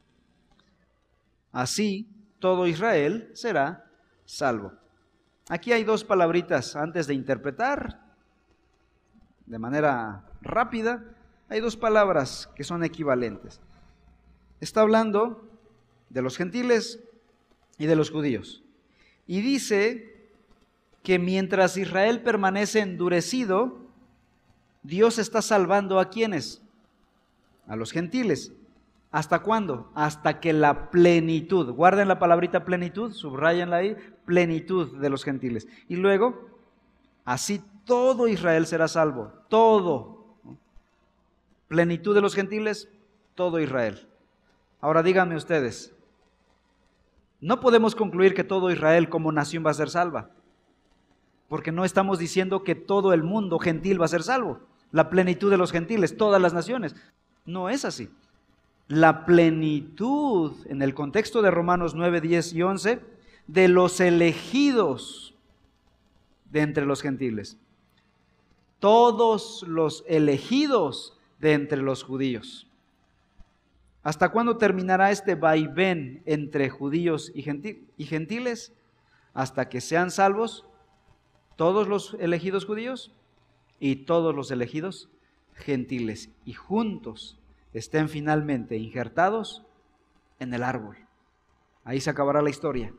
Así, todo Israel será salvo. Aquí hay dos palabritas antes de interpretar de manera rápida. Hay dos palabras que son equivalentes. Está hablando de los gentiles y de los judíos. Y dice que mientras Israel permanece endurecido, Dios está salvando ¿a quiénes? A los gentiles. ¿Hasta cuándo? Hasta que la plenitud, guarden la palabrita plenitud, subrayenla ahí, plenitud de los gentiles. Y luego, así todo Israel será salvo, todo. Plenitud de los gentiles, todo Israel. Ahora díganme ustedes, no podemos concluir que todo Israel como nación va a ser salva, porque no estamos diciendo que todo el mundo gentil va a ser salvo. La plenitud de los gentiles, todas las naciones. No es así. La plenitud, en el contexto de Romanos nueve, diez y once, de los elegidos de entre los gentiles. Todos los elegidos de entre los judíos. ¿Hasta cuándo terminará este vaivén entre judíos y gentiles? Hasta que sean salvos todos los elegidos judíos y todos los elegidos gentiles y juntos estén finalmente injertados en el árbol. Ahí se acabará la historia.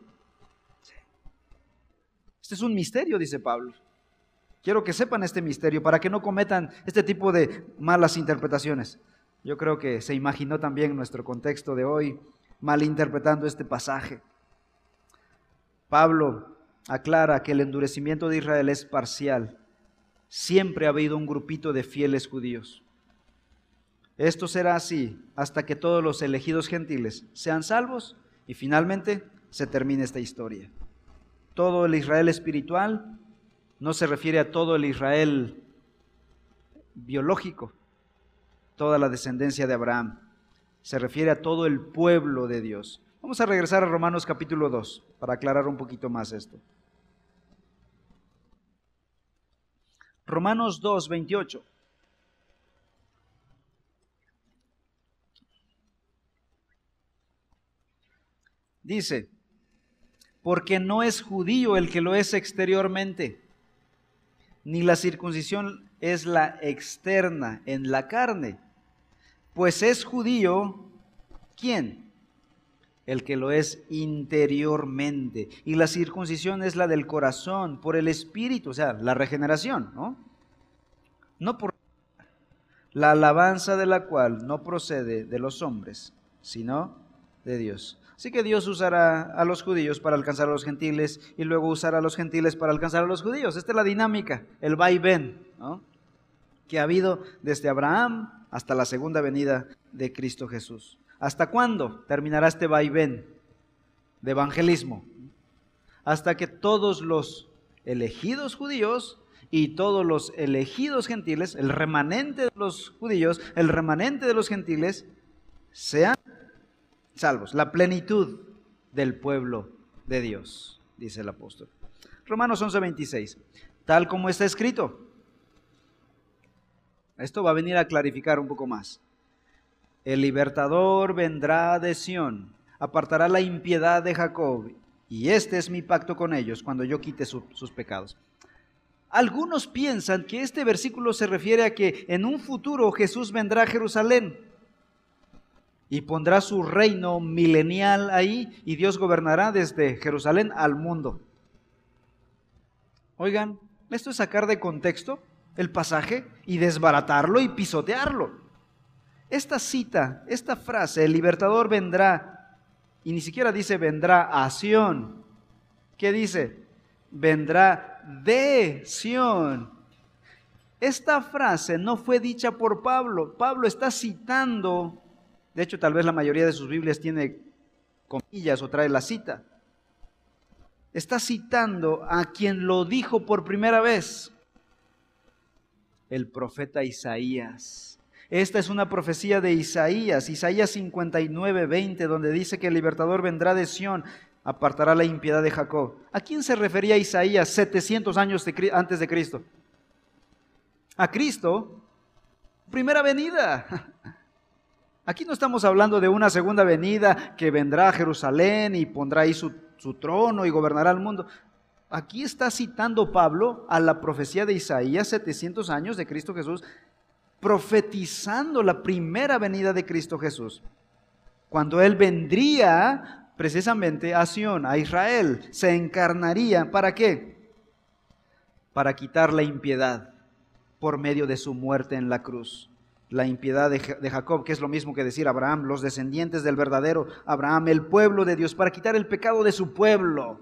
Este es un misterio, dice Pablo. Quiero que sepan este misterio para que no cometan este tipo de malas interpretaciones. Yo creo que se imaginó también nuestro contexto de hoy malinterpretando este pasaje. Pablo aclara que el endurecimiento de Israel es parcial. Siempre ha habido un grupito de fieles judíos. Esto será así hasta que todos los elegidos gentiles sean salvos y finalmente se termine esta historia. Todo el Israel espiritual no se refiere a todo el Israel biológico, toda la descendencia de Abraham. Se refiere a todo el pueblo de Dios. Vamos a regresar a Romanos capítulo dos para aclarar un poquito más esto. Romanos dos, veintiocho. Dice, porque no es judío el que lo es exteriormente, ni la circuncisión es la externa en la carne, pues es judío, ¿quién? El que lo es interiormente, y la circuncisión es la del corazón, por el espíritu, o sea, la regeneración, ¿no? No por la alabanza de la cual no procede de los hombres, sino de Dios. Así que Dios usará a los judíos para alcanzar a los gentiles y luego usará a los gentiles para alcanzar a los judíos. Esta es la dinámica, el va y ven, ¿no?, que ha habido desde Abraham hasta la segunda venida de Cristo Jesús. ¿Hasta cuándo terminará este va y ven de evangelismo? Hasta que todos los elegidos judíos y todos los elegidos gentiles, el remanente de los judíos, el remanente de los gentiles, sean salvos, la plenitud del pueblo de Dios, dice el apóstol. Romanos once, veintiséis, tal como está escrito. Esto va a venir a clarificar un poco más. El libertador vendrá de Sión, apartará la impiedad de Jacob, y este es mi pacto con ellos cuando yo quite su, sus pecados. Algunos piensan que este versículo se refiere a que en un futuro Jesús vendrá a Jerusalén y pondrá su reino milenial ahí, y Dios gobernará desde Jerusalén al mundo. Oigan, esto es sacar de contexto el pasaje y desbaratarlo y pisotearlo. Esta cita, esta frase, el libertador vendrá, y ni siquiera dice vendrá a Sión. ¿Qué dice? Vendrá de Sión. Esta frase no fue dicha por Pablo. Pablo está citando, de hecho tal vez la mayoría de sus Biblias tiene comillas o trae la cita. Está citando a quien lo dijo por primera vez, el profeta Isaías. Esta es una profecía de Isaías, Isaías cincuenta y nueve, veinte, donde dice que el libertador vendrá de Sión, apartará la impiedad de Jacob. ¿A quién se refería Isaías setecientos años de, antes de Cristo? A Cristo, primera venida. Aquí no estamos hablando de una segunda venida que vendrá a Jerusalén y pondrá ahí su, su trono y gobernará el mundo. Aquí está citando Pablo a la profecía de Isaías, setecientos años de Cristo Jesús, profetizando la primera venida de Cristo Jesús, cuando Él vendría precisamente a Sión, a Israel, se encarnaría. ¿Para qué? Para quitar la impiedad por medio de su muerte en la cruz. La impiedad de, de Jacob, que es lo mismo que decir Abraham, los descendientes del verdadero Abraham, el pueblo de Dios, para quitar el pecado de su pueblo.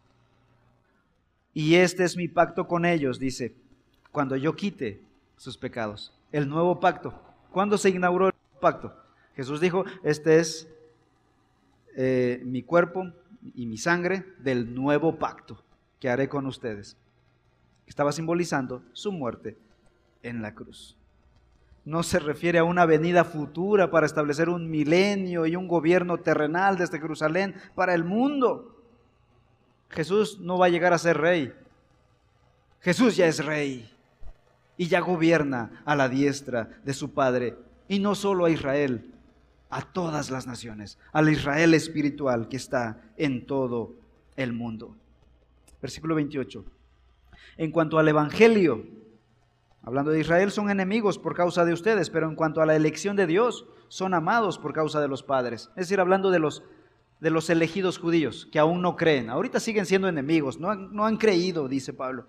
Y este es mi pacto con ellos, dice, cuando yo quite sus pecados. El nuevo pacto. ¿Cuándo se inauguró el nuevo pacto? Jesús dijo, este es eh, mi cuerpo y mi sangre del nuevo pacto que haré con ustedes. Estaba simbolizando su muerte en la cruz. No se refiere a una venida futura para establecer un milenio y un gobierno terrenal desde Jerusalén para el mundo. Jesús no va a llegar a ser rey. Jesús ya es rey y ya gobierna a la diestra de su Padre, y no solo a Israel, a todas las naciones, al Israel espiritual que está en todo el mundo. Versículo veintiocho. En cuanto al evangelio, Hablando de Israel, son enemigos por causa de ustedes, pero en cuanto a la elección de Dios, son amados por causa de los padres. Es decir, hablando de los, de los elegidos judíos que aún no creen. Ahorita siguen siendo enemigos, no han, no han creído, dice Pablo.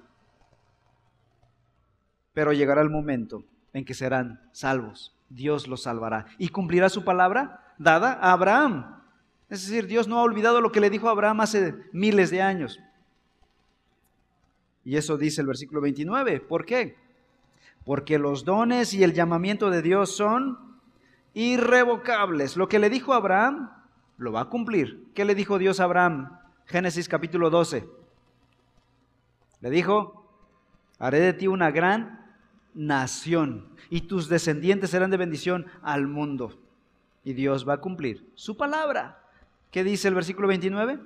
Pero llegará el momento en que serán salvos. Dios los salvará y cumplirá su palabra dada a Abraham. Es decir, Dios no ha olvidado lo que le dijo a Abraham hace miles de años. Y eso dice el versículo veintinueve. ¿Por qué? Porque los dones y el llamamiento de Dios son irrevocables. Lo que le dijo a Abraham, lo va a cumplir. ¿Qué le dijo Dios a Abraham? Génesis capítulo doce. Le dijo, haré de ti una gran nación y tus descendientes serán de bendición al mundo. Y Dios va a cumplir su palabra. ¿Qué dice el versículo veintinueve?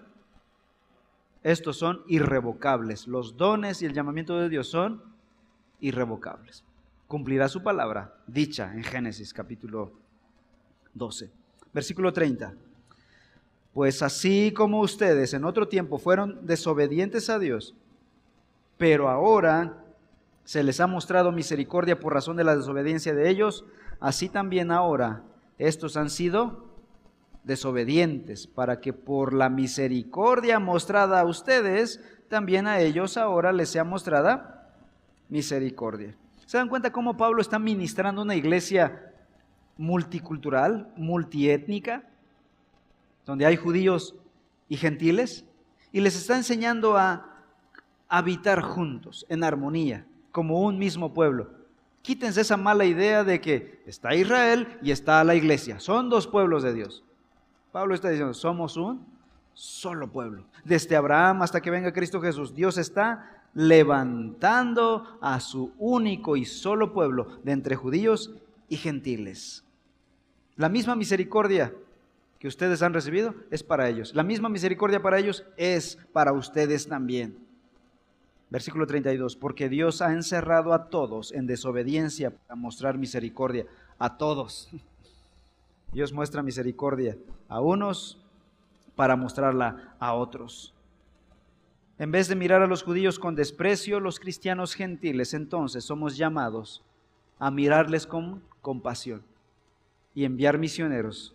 Estos son irrevocables. Los dones y el llamamiento de Dios son irrevocables. Cumplirá su palabra, dicha en Génesis capítulo doce. Versículo treinta. Pues así como ustedes en otro tiempo fueron desobedientes a Dios, pero ahora se les ha mostrado misericordia por razón de la desobediencia de ellos, así también ahora estos han sido desobedientes, para que por la misericordia mostrada a ustedes, también a ellos ahora les sea mostrada misericordia. ¿Se dan cuenta cómo Pablo está ministrando una iglesia multicultural, multiétnica, donde hay judíos y gentiles? Y les está enseñando a habitar juntos, en armonía, como un mismo pueblo. Quítense esa mala idea de que está Israel y está la iglesia. Son dos pueblos de Dios. Pablo está diciendo, somos un solo pueblo. Desde Abraham hasta que venga Cristo Jesús, Dios está levantando a su único y solo pueblo de entre judíos y gentiles. La misma misericordia que ustedes han recibido es para ellos. La misma misericordia para ellos es para ustedes también. Versículo treinta y dos. Porque Dios ha encerrado a todos en desobediencia para mostrar misericordia a todos. Dios muestra misericordia a unos para mostrarla a otros. En vez de mirar a los judíos con desprecio, los cristianos gentiles, entonces somos llamados a mirarles con compasión y enviar misioneros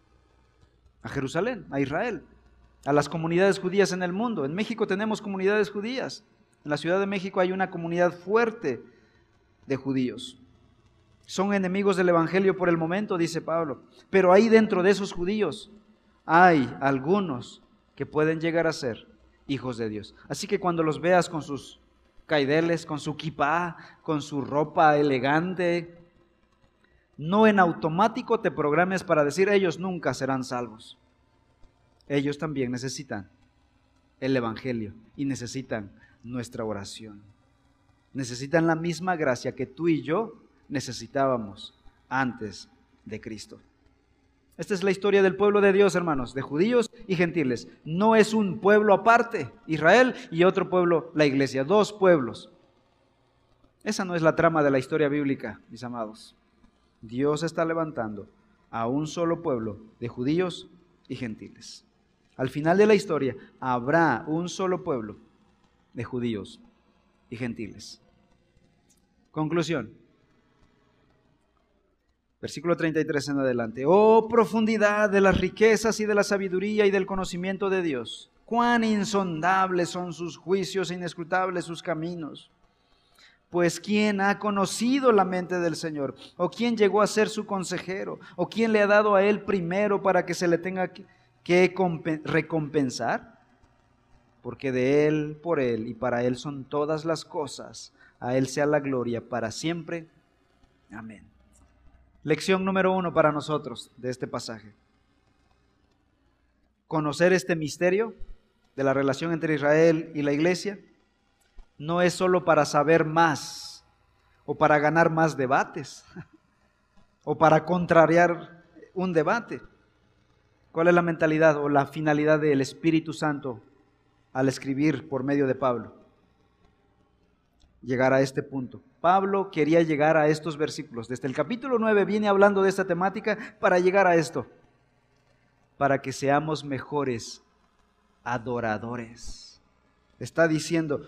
a Jerusalén, a Israel, a las comunidades judías en el mundo. En México tenemos comunidades judías. En la Ciudad de México hay una comunidad fuerte de judíos. Son enemigos del evangelio por el momento, dice Pablo, pero ahí dentro de esos judíos hay algunos que pueden llegar a ser hijos de Dios. Así que cuando los veas con sus caideles, con su kipá, con su ropa elegante, no en automático te programes para decir ellos nunca serán salvos. Ellos también necesitan el evangelio y necesitan nuestra oración. Necesitan la misma gracia que tú y yo necesitábamos antes de Cristo. Esta es la historia del pueblo de Dios, hermanos, de judíos y gentiles. No es un pueblo aparte, Israel, y otro pueblo, la iglesia. Dos pueblos. Esa no es la trama de la historia bíblica, mis amados. Dios está levantando a un solo pueblo de judíos y gentiles. Al final de la historia habrá un solo pueblo de judíos y gentiles. Conclusión. Versículo treinta y tres en adelante. Oh profundidad de las riquezas y de la sabiduría y del conocimiento de Dios. Cuán insondables son sus juicios e inescrutables sus caminos. Pues ¿quién ha conocido la mente del Señor? ¿O quién llegó a ser su consejero? ¿O quién le ha dado a él primero para que se le tenga que recompensar? Porque de él, por él y para él son todas las cosas. A él sea la gloria para siempre. Amén. Lección número uno para nosotros de este pasaje. Conocer este misterio de la relación entre Israel y la iglesia no es solo para saber más o para ganar más debates o para contrariar un debate. ¿Cuál es la mentalidad o la finalidad del Espíritu Santo al escribir por medio de Pablo? Llegar a este punto. Pablo quería llegar a estos versículos. Desde el capítulo nueve viene hablando de esta temática para llegar a esto. Para que seamos mejores adoradores. Está diciendo,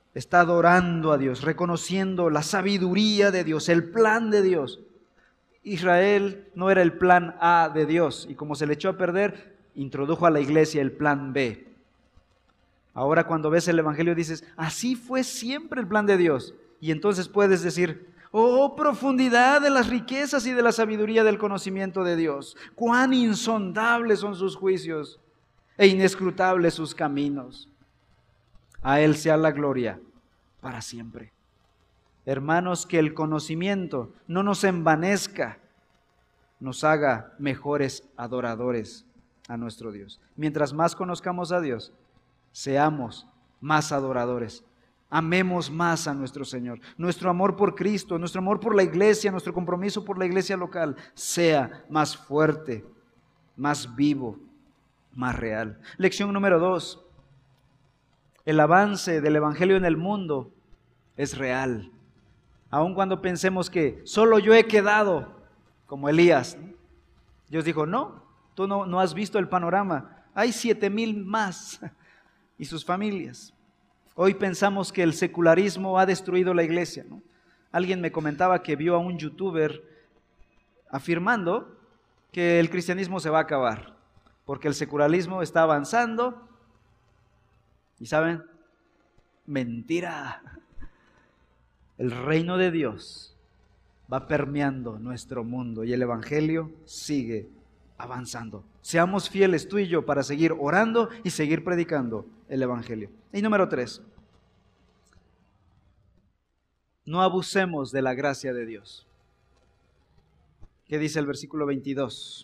está adorando a Dios, reconociendo la sabiduría de Dios, el plan de Dios. Israel no era el plan A de Dios, y como se le echó a perder, introdujo a la iglesia el plan B. Ahora cuando ves el Evangelio dices, así fue siempre el plan de Dios. Y entonces puedes decir, oh, profundidad de las riquezas y de la sabiduría del conocimiento de Dios. Cuán insondables son sus juicios e inescrutables sus caminos. A Él sea la gloria para siempre. Hermanos, que el conocimiento no nos envanezca, nos haga mejores adoradores a nuestro Dios. Mientras más conozcamos a Dios, seamos más adoradores. Amemos más a nuestro Señor. Nuestro amor por Cristo, nuestro amor por la iglesia, nuestro compromiso por la iglesia local sea más fuerte, más vivo, más real. Lección número dos. El avance del Evangelio en el mundo es real. Aun cuando pensemos que solo yo he quedado, como Elías, ¿no? Dios dijo, no, tú no, no has visto el panorama. Hay siete mil más y sus familias. Hoy pensamos que el secularismo ha destruido la iglesia, ¿no? Alguien me comentaba que vio a un youtuber afirmando que el cristianismo se va a acabar, porque el secularismo está avanzando. ¿Y saben? Mentira. El reino de Dios va permeando nuestro mundo y el Evangelio sigue avanzando. Seamos fieles tú y yo para seguir orando y seguir predicando el Evangelio. Y número tres, no abusemos de la gracia de Dios. ¿Qué dice el versículo veintidós?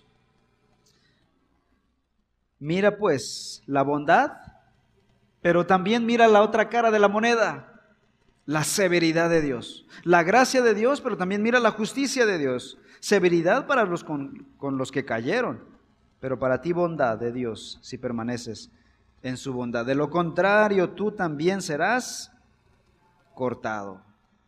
Mira pues la bondad, pero también mira la otra cara de la moneda. La severidad de Dios, la gracia de Dios, pero también mira la justicia de Dios. Severidad para los con, con los que cayeron, pero para ti bondad de Dios si permaneces en su bondad. De lo contrario, tú también serás cortado.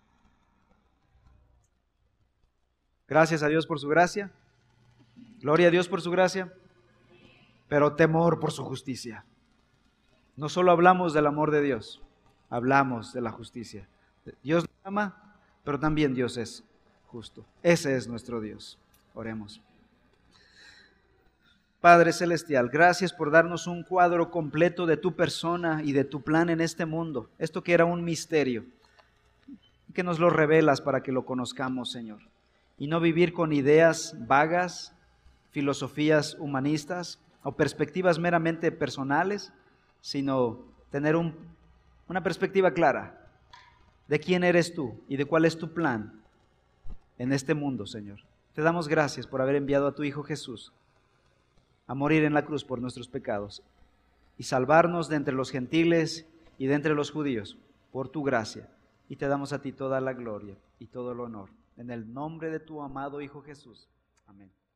Gracias a Dios por su gracia, gloria a Dios por su gracia, pero temor por su justicia. No solo hablamos del amor de Dios, hablamos de la justicia. Dios nos ama, pero también Dios es justo. Ese es nuestro Dios. Oremos. Padre Celestial, gracias por darnos un cuadro completo de tu persona y de tu plan en este mundo. Esto que era un misterio, que nos lo revelas para que lo conozcamos, Señor. Y no vivir con ideas vagas, filosofías humanistas o perspectivas meramente personales, sino tener un Una perspectiva clara de quién eres tú y de cuál es tu plan en este mundo, Señor. Te damos gracias por haber enviado a tu Hijo Jesús a morir en la cruz por nuestros pecados y salvarnos de entre los gentiles y de entre los judíos por tu gracia. Y te damos a ti toda la gloria y todo el honor. En el nombre de tu amado Hijo Jesús. Amén.